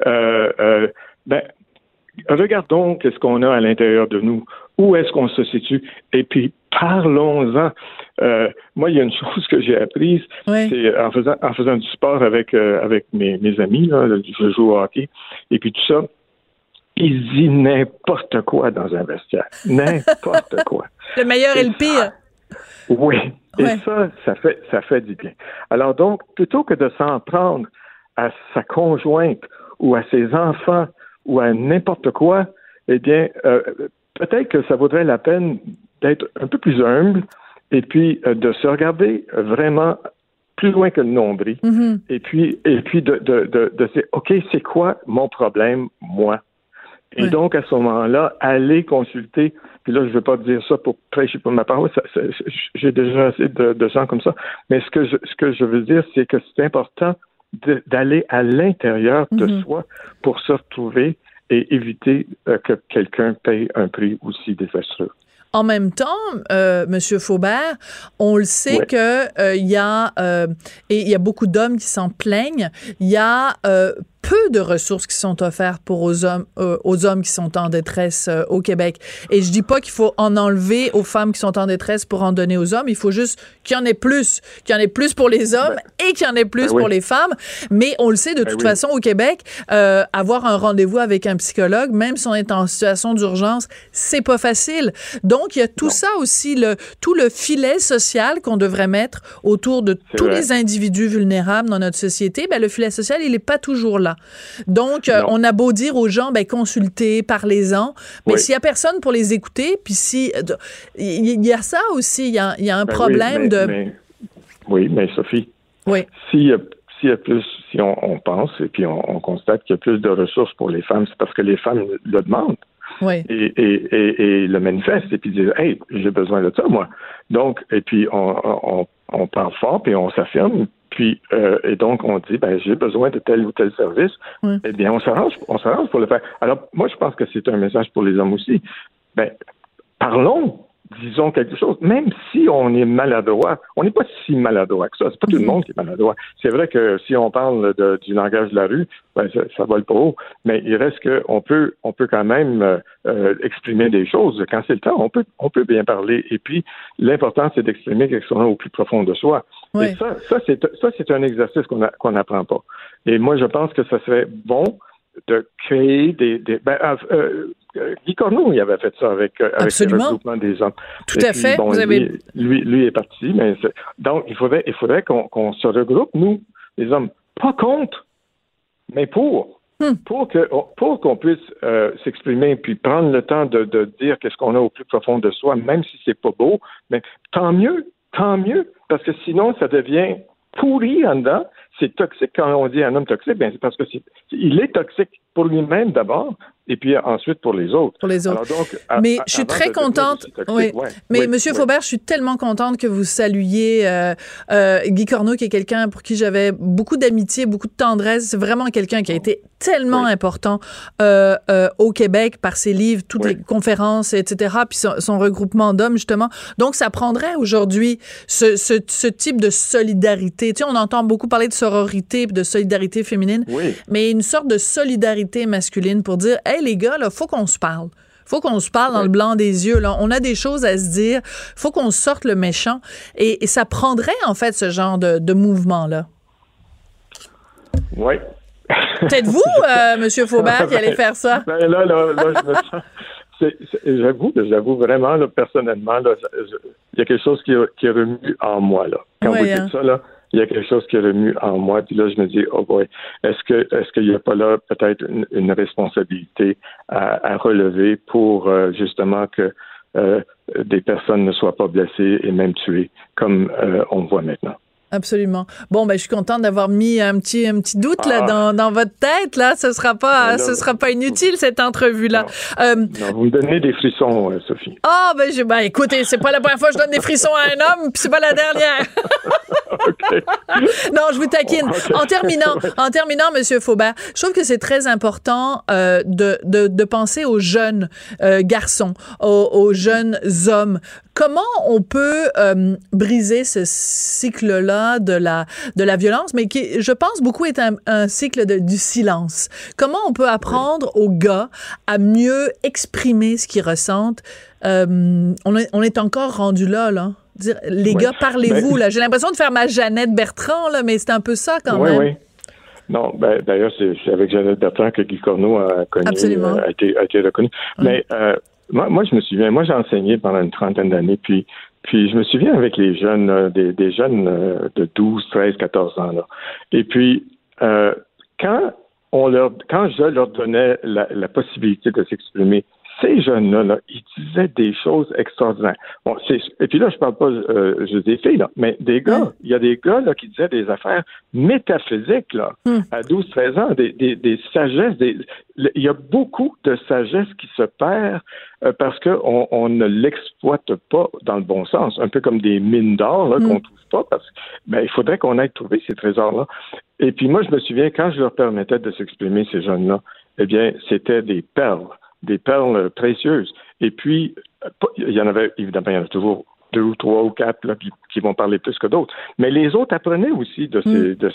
regardons qu'est-ce qu'on a à l'intérieur de nous. Où est-ce qu'on se situe? Et puis, parlons-en. Moi, il y a une chose que j'ai apprise, c'est en faisant du sport avec mes amis, là, je joue au hockey, et puis tout ça, ils disent n'importe quoi dans un vestiaire. N'importe quoi. Le meilleur et le pire. Oui. Et ça fait du bien. Alors donc, plutôt que de s'en prendre à sa conjointe ou à ses enfants, ou à n'importe quoi, eh bien, peut-être que ça vaudrait la peine d'être un peu plus humble et puis de se regarder vraiment plus loin que le nombril et puis de dire, OK, c'est quoi mon problème, moi? Et donc, à ce moment-là, aller consulter, puis là, je ne veux pas dire ça pour prêcher pour ma parole, j'ai déjà assez de gens comme ça, mais ce que je veux dire, c'est que c'est important d'aller à l'intérieur de soi pour se retrouver et éviter que quelqu'un paye un prix aussi désastreux. En même temps, Monsieur Faubert, on le sait que il y a beaucoup d'hommes qui s'en plaignent. Il y a peu de ressources qui sont offertes aux hommes qui sont en détresse au Québec. Et je dis pas qu'il faut en enlever aux femmes qui sont en détresse pour en donner aux hommes. Il faut juste qu'il y en ait plus pour les hommes et qu'il y en ait plus pour les femmes. Mais on le sait de toute façon au Québec, avoir un rendez-vous avec un psychologue, même si on est en situation d'urgence, c'est pas facile. Donc il y a tout ça aussi, tout le filet social qu'on devrait mettre autour de tous les individus vulnérables dans notre société. Ben le filet social, il est pas toujours là. Donc, on a beau dire aux gens, consultez, parlez-en, mais s'il y a personne pour les écouter, puis il y a ça aussi, il y a un problème mais Sophie, s'il y a plus, si on pense et puis on constate qu'il y a plus de ressources pour les femmes, c'est parce que les femmes le demandent. Et le manifestent et puis disent, hey, j'ai besoin de ça, moi. Donc, et puis on parle fort puis on s'affirme. Puis, et donc, on dit, j'ai besoin de tel ou tel service. Eh bien, on s'arrange pour le faire. Alors, moi, je pense que c'est un message pour les hommes aussi. Parlons, disons quelque chose. Même si on est maladroit, on n'est pas si maladroit que ça. C'est pas tout le monde qui est maladroit. C'est vrai que si on parle du langage de la rue, ça vole pas haut. Mais il reste qu'on peut quand même exprimer des choses. Quand c'est le temps, on peut bien parler. Et puis, l'important, c'est d'exprimer quelque chose au plus profond de soi. Et ça, c'est un exercice qu'on n'apprend pas. Et moi, je pense que ça serait bon de créer Guy Corneau, il avait fait ça avec le regroupement des hommes. Tout à fait. Bon, lui est parti, mais donc il faudrait qu'on se regroupe, nous, les hommes, pas contre, mais pour. pour qu'on puisse s'exprimer puis prendre le temps de dire qu'est-ce qu'on a au plus profond de soi, même si c'est pas beau, mais tant mieux, parce que sinon ça devient pourri en dedans. C'est toxique quand on dit un homme toxique, bien c'est parce que il est toxique pour lui-même d'abord, et puis ensuite pour les autres. Pour les autres. Alors donc, mais je suis très contente. Oui. Mais Monsieur Faubert, je suis tellement contente que vous saluiez Guy Corneau, qui est quelqu'un pour qui j'avais beaucoup d'amitié, beaucoup de tendresse. C'est vraiment quelqu'un qui a été tellement important au Québec par ses livres, toutes les conférences, etc., puis son regroupement d'hommes, justement. Donc, ça prendrait aujourd'hui ce type de solidarité. Tu sais, on entend beaucoup parler de sororité, de solidarité féminine, mais une sorte de solidarité masculine pour dire, hey les gars, là, faut qu'on se parle. Faut qu'on se parle dans le blanc des yeux. Là. On a des choses à se dire. Faut qu'on sorte le méchant. Et ça prendrait, en fait, ce genre de mouvement-là. Oui. Peut-être vous, Monsieur Faubert, qui allez faire ça. Ben là, je me sens... J'avoue vraiment, là, personnellement, il y a quelque chose qui remue en moi, là. Quand vous dites ça, là, il y a quelque chose qui remue en moi, puis là, je me dis, oh boy, est-ce qu'il n'y a pas là peut-être une responsabilité à relever pour justement que des personnes ne soient pas blessées et même tuées, comme on voit maintenant. Absolument. Bon, ben, je suis contente d'avoir mis un petit doute là dans votre tête là. Ce sera pas inutile cette entrevue là. Non, vous me donnez des frissons, Sophie. Écoutez, c'est pas la première fois que je donne des frissons à un homme, puis c'est pas la dernière. Non, je vous taquine. En terminant, Monsieur Faubert, je trouve que c'est très important de penser aux jeunes garçons, aux jeunes hommes. Comment on peut briser ce cycle-là de la violence, mais qui, je pense, beaucoup est un cycle du silence. Comment on peut apprendre aux gars à mieux exprimer ce qu'ils ressentent? On est encore rendu là. Dire, les gars, parlez-vous, là. J'ai l'impression de faire ma Jeannette Bertrand, là, mais c'est un peu ça quand même. Oui. Non, d'ailleurs, c'est avec Jeannette Bertrand que Guy Corneau a été reconnu. Mais moi, je me souviens, j'ai enseigné pendant une 30aine d'années, puis je me souviens avec les jeunes, des jeunes de 12, 13, 14 ans, là. Et puis, quand je leur donnais la possibilité de s'exprimer, ces jeunes-là, ils disaient des choses extraordinaires. Bon, et puis là, je parle pas juste des filles, là, mais des gars. Il y a des gars là qui disaient des affaires métaphysiques là, à 12-13 ans, des sagesses. Il y a beaucoup de sagesse qui se perd parce qu'on ne l'exploite pas dans le bon sens. Un peu comme des mines d'or là, qu'on trouve pas parce que il faudrait qu'on aille trouver ces trésors-là. Et puis moi, je me souviens, quand je leur permettais de s'exprimer, ces jeunes-là, eh bien, c'était des perles précieuses. Et puis, il y en avait, évidemment, il y en a toujours 2 ou 3 ou 4 là, qui vont parler plus que d'autres. Mais les autres apprenaient aussi de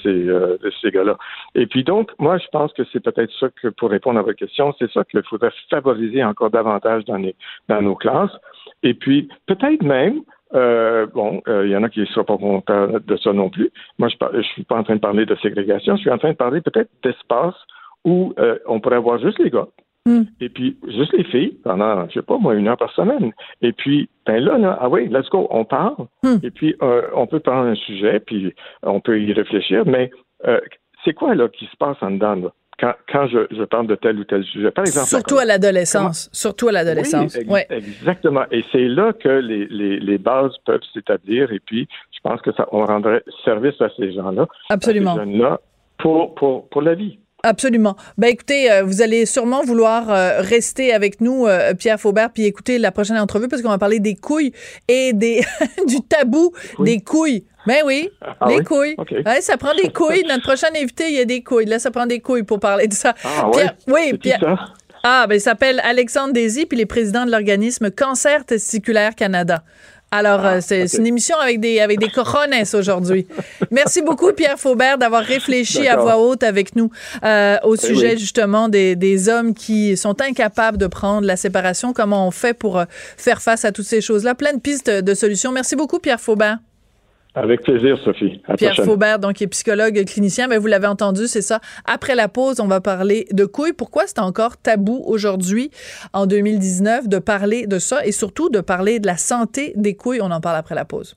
ces gars-là. Et puis donc, moi, je pense que c'est peut-être ça que, pour répondre à votre question, c'est ça qu'il faudrait favoriser encore davantage dans nos classes. Et puis, peut-être même, il y en a qui ne seront pas contents de ça non plus. Moi, je suis pas en train de parler de ségrégation, je suis en train de parler peut-être d'espace où on pourrait avoir juste les gars. Et puis, juste les filles, pendant, je sais pas, moi, 1 heure par semaine. Et puis, let's go, on parle. Et puis, on peut prendre un sujet, puis on peut y réfléchir, mais c'est quoi, là, qui se passe en dedans, là, quand je parle de tel ou tel sujet? Par exemple... Surtout à l'adolescence. Oui, exactement. Et c'est là que les bases peuvent s'établir, et puis, je pense que on rendrait service à ces gens-là. Absolument. À ces jeunes-là, pour la vie. Absolument. Écoutez, vous allez sûrement vouloir rester avec nous, Pierre Faubert, puis écouter la prochaine entrevue parce qu'on va parler des couilles et du tabou des couilles. Les couilles. Okay. Ouais, ça prend des couilles. Notre prochain invité, il y a des couilles. Là, ça prend des couilles pour parler de ça. Pierre, Pierre. Il s'appelle Alexandre Désy, puis il est président de l'organisme Cancer Testiculaire Canada. Alors, c'est une émission avec des cojones aujourd'hui. Merci beaucoup, Pierre Faubert, d'avoir réfléchi à voix haute avec nous au sujet, justement, des hommes qui sont incapables de prendre la séparation. Comment on fait pour faire face à toutes ces choses-là? Plein de pistes de solutions. Merci beaucoup, Pierre Faubert. Avec plaisir, Sophie. À Pierre Faubert, donc, qui est psychologue clinicien. Vous l'avez entendu, c'est ça. Après la pause, on va parler de couilles. Pourquoi c'est encore tabou aujourd'hui, en 2019, de parler de ça et surtout de parler de la santé des couilles? On en parle après la pause.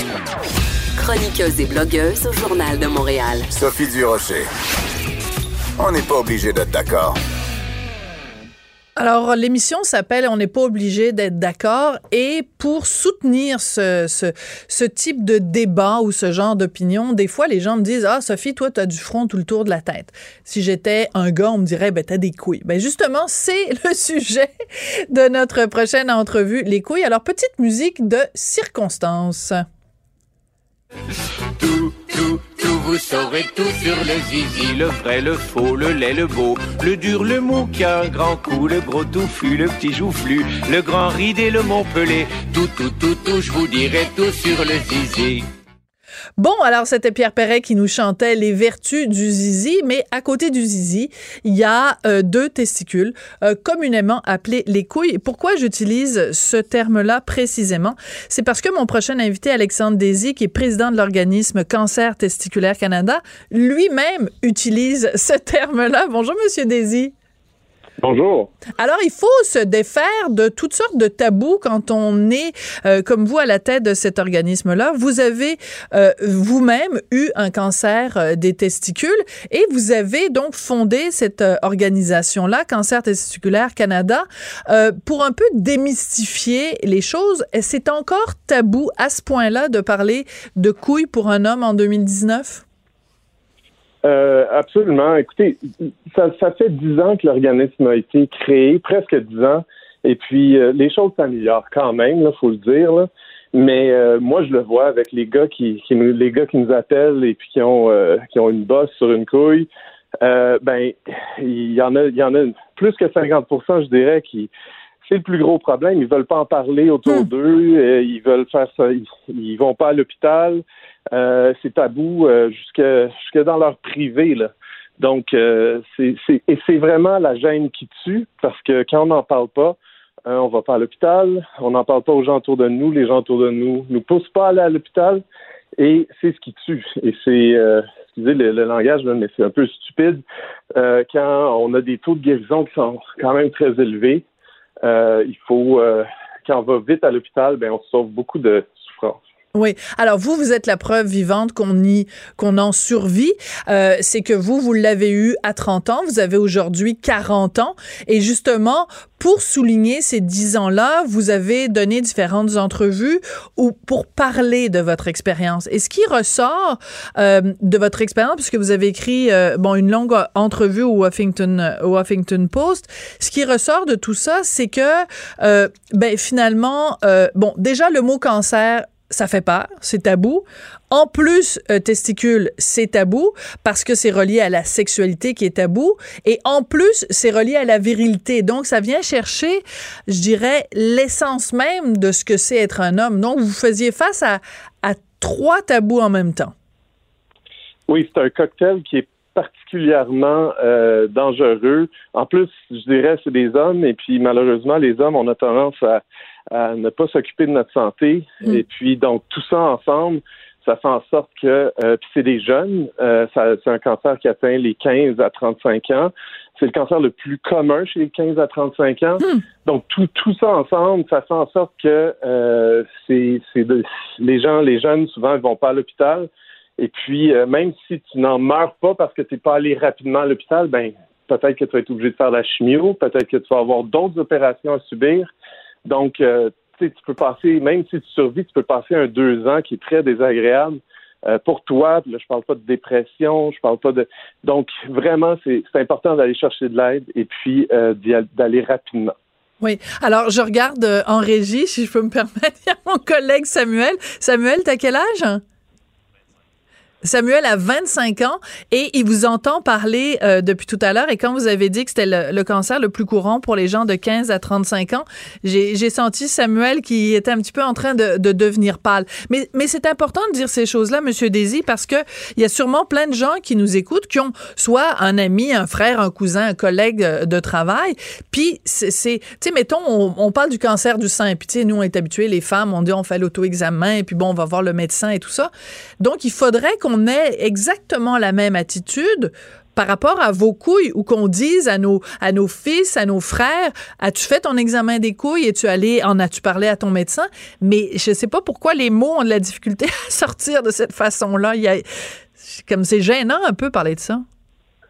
Chroniqueuse et blogueuse au Journal de Montréal. Sophie Durocher. On n'est pas obligé d'être d'accord. Alors, l'émission s'appelle « On n'est pas obligé d'être d'accord » et pour soutenir ce type de débat ou ce genre d'opinion, des fois, les gens me disent « Ah, Sophie, toi, t'as du front tout le tour de la tête. » Si j'étais un gars, on me dirait « Ben, t'as des couilles. » Ben, justement, c'est le sujet de notre prochaine entrevue, les couilles. Alors, petite musique de circonstance. Tout, vous saurez tout sur le zizi, le vrai, le faux, le laid, le beau, le dur, le mou qui a un grand coup, le gros touffu, le petit joufflu, le grand ridé, le montpelé, tout, je vous dirai tout sur le zizi. Bon, alors c'était Pierre Perret qui nous chantait les vertus du zizi, mais à côté du zizi, il y a deux testicules, communément appelés les couilles. Pourquoi j'utilise ce terme-là précisément? C'est parce que mon prochain invité, Alexandre Désy, qui est président de l'organisme Cancer Testiculaire Canada, lui-même utilise ce terme-là. Bonjour, Monsieur Désy. Bonjour. Alors, il faut se défaire de toutes sortes de tabous quand on est, comme vous, à la tête de cet organisme-là. Vous avez vous-même eu un cancer des testicules et vous avez donc fondé cette organisation-là, Cancer Testiculaire Canada, pour un peu démystifier les choses. C'est encore tabou à ce point-là de parler de couilles pour un homme en 2019? Absolument. Écoutez, ça fait 10 ans que l'organisme a été créé, presque 10 ans, et puis les choses s'améliorent quand même, il faut le dire. Là. Mais moi, je le vois avec les gars qui nous appellent et puis qui ont une bosse sur une couille. Il y en a plus que 50%, je dirais, qui c'est le plus gros problème. Ils veulent pas en parler autour d'eux. Ils veulent faire ça. Ils vont pas à l'hôpital. C'est tabou jusque dans leur privé, là. Donc, c'est vraiment la gêne qui tue, parce que quand on n'en parle pas, on va pas à l'hôpital, on n'en parle pas aux gens autour de nous, les gens autour de nous poussent pas à aller à l'hôpital, et c'est ce qui tue. Et c'est, excusez le langage, là, mais c'est un peu stupide, quand on a des taux de guérison qui sont quand même très élevés, il faut, quand on va vite à l'hôpital, on se sauve beaucoup de souffrance. Oui. Alors, vous êtes la preuve vivante qu'on en survit. C'est que vous l'avez eu à 30 ans. Vous avez aujourd'hui 40 ans. Et justement, pour souligner ces 10 ans-là, vous avez donné différentes entrevues ou pour parler de votre expérience. Et ce qui ressort de votre expérience, puisque vous avez écrit une longue entrevue au Huffington Post, ce qui ressort de tout ça, c'est que finalement, déjà le mot cancer, ça fait peur, c'est tabou. En plus, testicule, c'est tabou parce que c'est relié à la sexualité qui est tabou. Et en plus, c'est relié à la virilité. Donc, ça vient chercher, je dirais, l'essence même de ce que c'est être un homme. Donc, vous faisiez face à 3 tabous en même temps. Oui, c'est un cocktail qui est particulièrement dangereux. En plus, je dirais, c'est des hommes. Et puis, malheureusement, les hommes, on a tendance à ne pas s'occuper de notre santé. Et puis, donc, tout ça ensemble, ça fait en sorte que, puis c'est des jeunes, c'est un cancer qui atteint les 15 à 35 ans. C'est le cancer le plus commun chez les 15 à 35 ans. Donc, tout ça ensemble, ça fait en sorte que les jeunes, souvent, ils vont pas à l'hôpital. Et puis, même si tu n'en meurs pas parce que tu n'es pas allé rapidement à l'hôpital, peut-être que tu vas être obligé de faire la chimio, peut-être que tu vas avoir d'autres opérations à subir. Donc, tu peux passer, même si tu survis, tu peux passer un 2 ans qui est très désagréable pour toi. Là, je parle pas de dépression, je parle pas de... Donc, vraiment, c'est important d'aller chercher de l'aide et puis d'aller rapidement. Oui. Alors, je regarde en régie, si je peux me permettre, il y a mon collègue Samuel. Samuel, t'as quel âge? Samuel a 25 ans et il vous entend parler depuis tout à l'heure, et quand vous avez dit que c'était le cancer le plus courant pour les gens de 15 à 35 ans, j'ai senti Samuel qui était un petit peu en train de devenir pâle. Mais c'est important de dire ces choses-là, Monsieur Désy, parce que il y a sûrement plein de gens qui nous écoutent qui ont soit un ami, un frère, un cousin, un collègue de travail, puis tu sais, mettons, on parle du cancer du sein, puis tu sais, nous on est habitués, les femmes, on dit on fait l'auto-examen, et puis bon, on va voir le médecin et tout ça. Donc, il faudrait qu'on ait exactement la même attitude par rapport à vos couilles, ou qu'on dise à nos fils, à nos frères, as-tu fait ton examen des couilles, en as-tu parlé à ton médecin? Mais je sais pas pourquoi les mots ont de la difficulté à sortir de cette façon-là. Comme c'est gênant un peu parler de ça.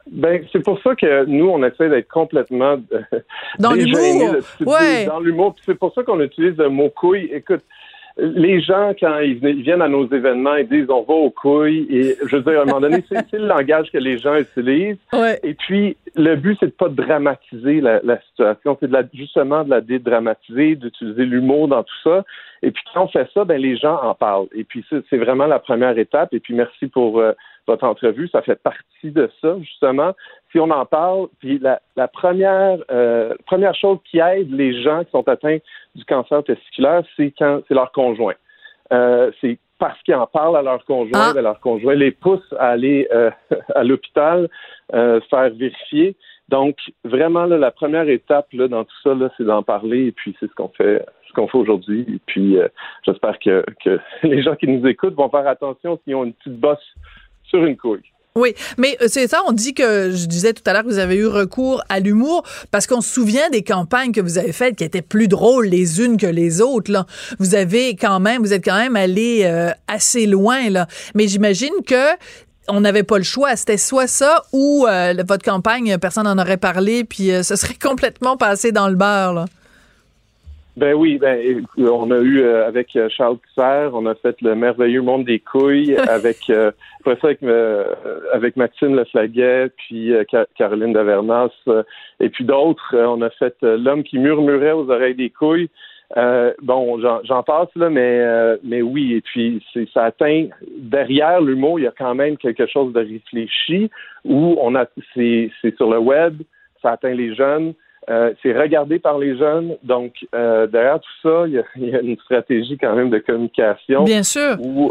Ben, c'est pour ça que nous, on essaie d'être complètement dans l'humour. Dans l'humour. Puis c'est pour ça qu'on utilise le mot couille. Écoute, les gens, quand ils viennent à nos événements, ils disent on va aux couilles. Et je veux dire, à un moment donné, c'est le langage que les gens utilisent. Ouais. Et puis, le but, c'est de pas dramatiser la situation. C'est justement de la dédramatiser, d'utiliser l'humour dans tout ça. Et puis, quand on fait ça, ben les gens en parlent. Et puis, c'est vraiment la première étape. Et puis, merci pour votre entrevue. Ça fait partie de ça, justement. Si on en parle, puis la première chose qui aide les gens qui sont atteints du cancer testiculaire, c'est leur conjoint. C'est parce qu'ils en parlent à leur conjoint, leur conjoint les pousse à aller à l'hôpital, faire vérifier. Donc, vraiment, là, la première étape là, dans tout ça, là, c'est d'en parler, et puis c'est ce qu'on fait aujourd'hui. Et puis, j'espère que les gens qui nous écoutent vont faire attention s'ils ont une petite bosse sur une couille. Oui, mais c'est ça, on dit que, je disais tout à l'heure que vous avez eu recours à l'humour parce qu'on se souvient des campagnes que vous avez faites qui étaient plus drôles les unes que les autres, là. Vous êtes quand même allé assez loin, là. Mais j'imagine que on n'avait pas le choix. C'était soit ça ou votre campagne, personne n'en aurait parlé, puis ce serait complètement passé dans le beurre, là. Ben oui, on a eu avec Charles Tisser, on a fait le merveilleux monde des couilles avec après ça avec Maxime Leflaguet, puis Caroline Davernas et puis d'autres. On a fait l'homme qui murmurait aux oreilles des couilles. Bon, j'en passe là, mais oui. Et puis ça atteint derrière l'humour, il y a quand même quelque chose de réfléchi où c'est sur le web, ça atteint les jeunes. C'est regardé par les jeunes, donc derrière tout ça, il y a une stratégie quand même de communication. Bien sûr. Où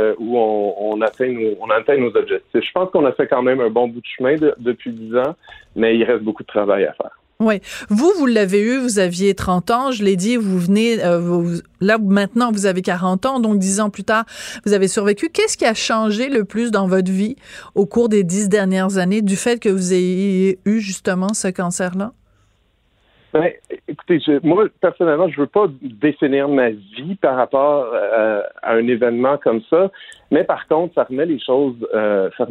on atteint nos objectifs. Je pense qu'on a fait quand même un bon bout de chemin depuis 10 ans, mais il reste beaucoup de travail à faire. Oui. Vous l'avez eu, vous aviez 30 ans, je l'ai dit, vous venez, là maintenant vous avez 40 ans, donc 10 ans plus tard, vous avez survécu. Qu'est-ce qui a changé le plus dans votre vie au cours des 10 dernières années du fait que vous ayez eu justement ce cancer-là? Ben, écoutez, moi, personnellement, je veux pas définir ma vie par rapport à un événement comme ça, mais par contre, ça remet les choses, ça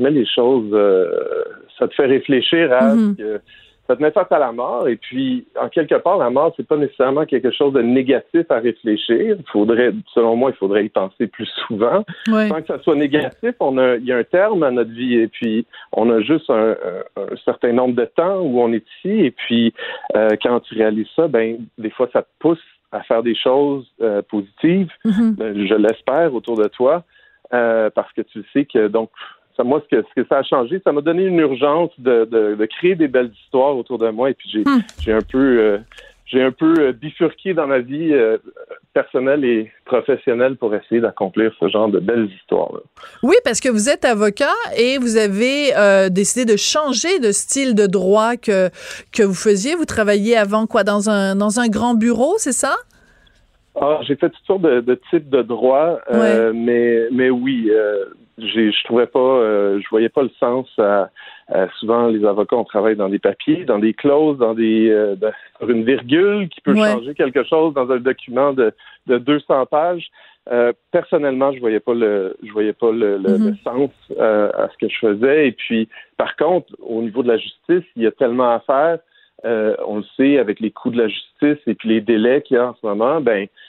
te fait réfléchir à ça te met face à la mort, et puis, en quelque part, la mort, c'est pas nécessairement quelque chose de négatif à réfléchir. Selon moi, il faudrait y penser plus souvent. Ouais. Sans que ça soit négatif, il y a un terme à notre vie, et puis, on a juste un certain nombre de temps où on est ici, et puis, quand tu réalises ça, ben, des fois, ça te pousse à faire des choses positives, je l'espère, autour de toi, parce que tu sais que, donc, moi, ce que ça a changé, ça m'a donné une urgence de créer des belles histoires autour de moi. Et puis j'ai un peu bifurqué dans ma vie personnelle et professionnelle pour essayer d'accomplir ce genre de belles histoires-là. Oui, parce que vous êtes avocat et vous avez décidé de changer de style de droit que vous faisiez. Vous travailliez avant quoi, dans un grand bureau, c'est ça? J'ai fait toutes sortes de types de droits, mais oui. Je trouvais pas, je voyais pas le sens à souvent les avocats, on travaille dans des papiers, dans des clauses, sur une virgule qui peut changer quelque chose dans un document de 200 pages. Personnellement, je voyais pas le sens à ce que je faisais. Et puis, par contre, au niveau de la justice, il y a tellement à faire. On le sait avec les coûts de la justice et puis les délais qu'il y a en ce moment,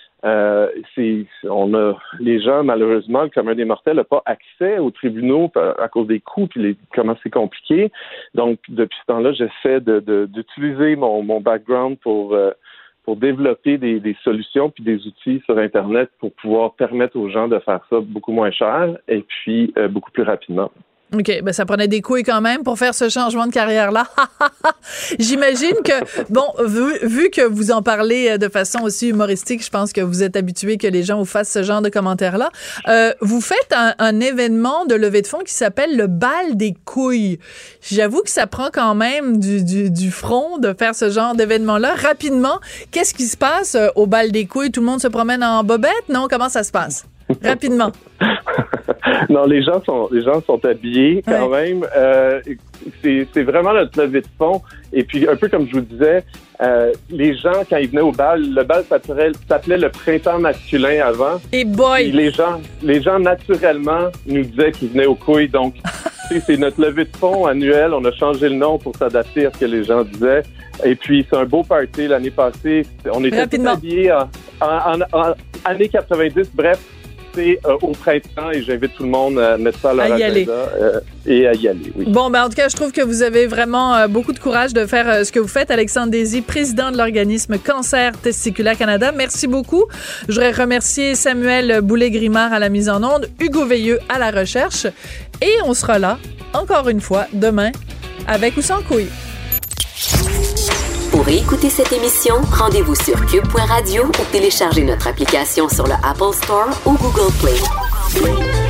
les gens, malheureusement, le commun des mortels n'a pas accès aux tribunaux à cause des coûts puis comment c'est compliqué. Donc, depuis ce temps-là, j'essaie d'utiliser mon background pour développer des solutions puis des outils sur Internet pour pouvoir permettre aux gens de faire ça beaucoup moins cher et puis beaucoup plus rapidement. OK, ben ça prenait des couilles quand même pour faire ce changement de carrière-là. J'imagine que, bon, vu que vous en parlez de façon aussi humoristique, je pense que vous êtes habitué que les gens vous fassent ce genre de commentaires-là. Vous faites un événement de levée de fonds qui s'appelle le bal des couilles. J'avoue que ça prend quand même du front de faire ce genre d'événement-là. Rapidement, qu'est-ce qui se passe au bal des couilles? Tout le monde se promène en bobette? Non? Comment ça se passe? Rapidement. Non, les gens sont habillés quand même. C'est vraiment notre levée de fonds. Et puis, un peu comme je vous disais, les gens, quand ils venaient au bal, le bal s'appelait le printemps masculin avant. Et boy! Et les gens, naturellement, nous disaient qu'ils venaient aux couilles. Donc, c'est notre levée de fonds annuelle. On a changé le nom pour s'adapter à ce que les gens disaient. Et puis, c'est un beau party. L'année passée, on était tous habillés en années 90. Bref, c'est au printemps et j'invite tout le monde à mettre ça à leur agenda et à y aller. Oui. Bon, en tout cas, je trouve que vous avez vraiment beaucoup de courage de faire ce que vous faites. Alexandre Désy, président de l'organisme Cancer Testiculaire Canada. Merci beaucoup. Je voudrais remercier Samuel Boulay-Grimard à la mise en onde, Hugo Veilleux à la recherche. Et on sera là, encore une fois, demain, avec ou sans couilles. Pour écouter cette émission, rendez-vous sur cube.radio ou téléchargez notre application sur le Apple Store ou Google Play.